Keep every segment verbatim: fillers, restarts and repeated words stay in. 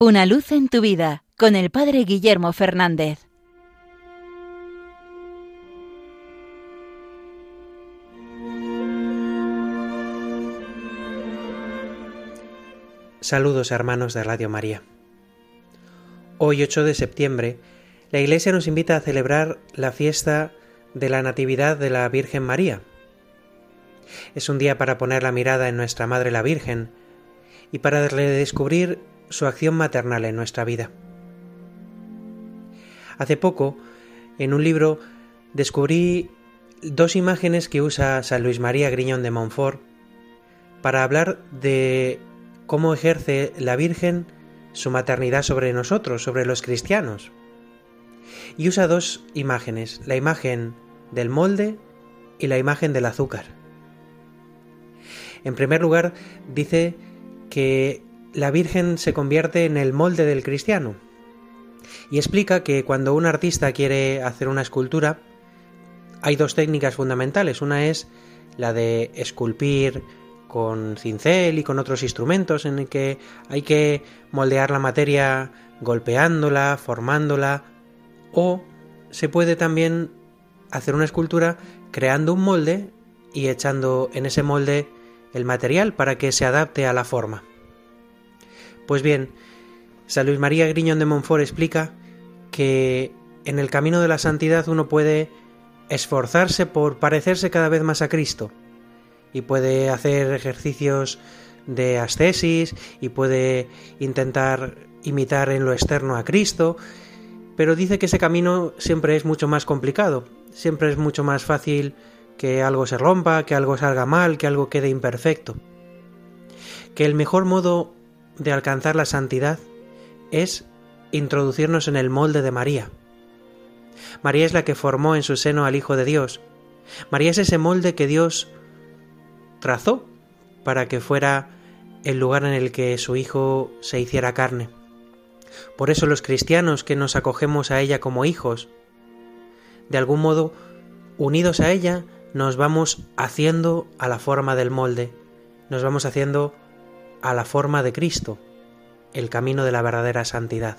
Una luz en tu vida, con el Padre Guillermo Fernández. Saludos, hermanos de Radio María. Hoy, ocho de septiembre, la Iglesia nos invita a celebrar la fiesta de la Natividad de la Virgen María. Es un día para poner la mirada en nuestra Madre la Virgen y para redescubrir su acción maternal en nuestra vida. Hace poco, en un libro, descubrí dos imágenes que usa San Luis María Griñón de Montfort para hablar de cómo ejerce la Virgen su maternidad sobre nosotros, sobre los cristianos. Y usa dos imágenes, la imagen del molde y la imagen del azúcar. En primer lugar, dice que la Virgen se convierte en el molde del cristiano y explica que cuando un artista quiere hacer una escultura hay dos técnicas fundamentales. Una es la de esculpir con cincel y con otros instrumentos en el que hay que moldear la materia golpeándola, formándola, o se puede también hacer una escultura creando un molde y echando en ese molde el material para que se adapte a la forma. Pues bien, San Luis María Griñón de Montfort explica que en el camino de la santidad uno puede esforzarse por parecerse cada vez más a Cristo y puede hacer ejercicios de ascesis y puede intentar imitar en lo externo a Cristo, pero dice que ese camino siempre es mucho más complicado, siempre es mucho más fácil que algo se rompa, que algo salga mal, que algo quede imperfecto. Que el mejor modo de alcanzar la santidad es introducirnos en el molde de María. María es la que formó en su seno al Hijo de Dios. María es ese molde que Dios trazó para que fuera el lugar en el que su Hijo se hiciera carne. Por eso los cristianos que nos acogemos a ella como hijos, de algún modo, unidos a ella, nos vamos haciendo a la forma del molde, nos vamos haciendo a la forma de Cristo, el camino de la verdadera santidad.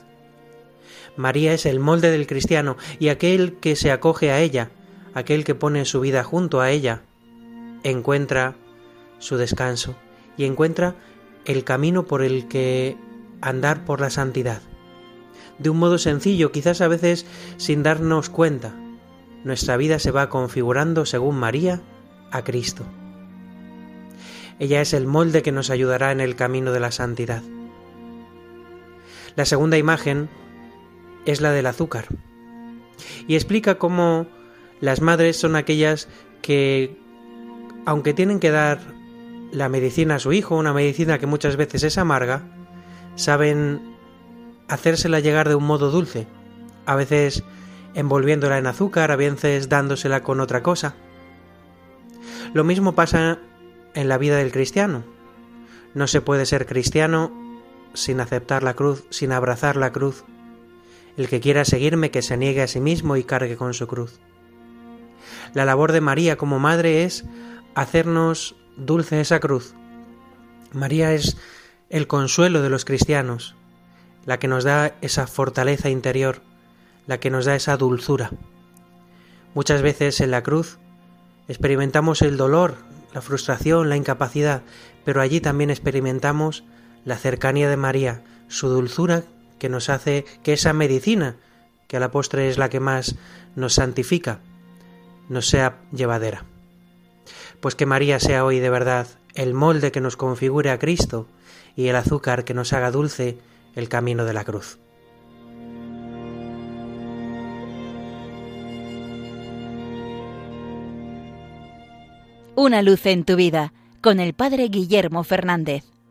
María es el molde del cristiano y aquel que se acoge a ella, aquel que pone su vida junto a ella, encuentra su descanso y encuentra el camino por el que andar por la santidad. De un modo sencillo, quizás a veces sin darnos cuenta, nuestra vida se va configurando según María a Cristo. Ella es el molde que nos ayudará en el camino de la santidad. La segunda imagen es la del azúcar y explica cómo las madres son aquellas que, aunque tienen que dar la medicina a su hijo, una medicina que muchas veces es amarga, saben hacérsela llegar de un modo dulce, a veces envolviéndola en azúcar, a veces dándosela con otra cosa. Lo mismo pasa en la vida del cristiano. No se puede ser cristiano sin aceptar la cruz, sin abrazar la cruz. El que quiera seguirme, que se niegue a sí mismo y cargue con su cruz. La labor de María como madre es hacernos dulce esa cruz. María es el consuelo de los cristianos, la que nos da esa fortaleza interior, la que nos da esa dulzura. Muchas veces en la cruz experimentamos el dolor, la frustración, la incapacidad, pero allí también experimentamos la cercanía de María, su dulzura que nos hace que esa medicina, que a la postre es la que más nos santifica, nos sea llevadera. Pues que María sea hoy de verdad el molde que nos configure a Cristo y el azúcar que nos haga dulce el camino de la cruz. Una luz en tu vida, con el Padre Guillermo Fernández.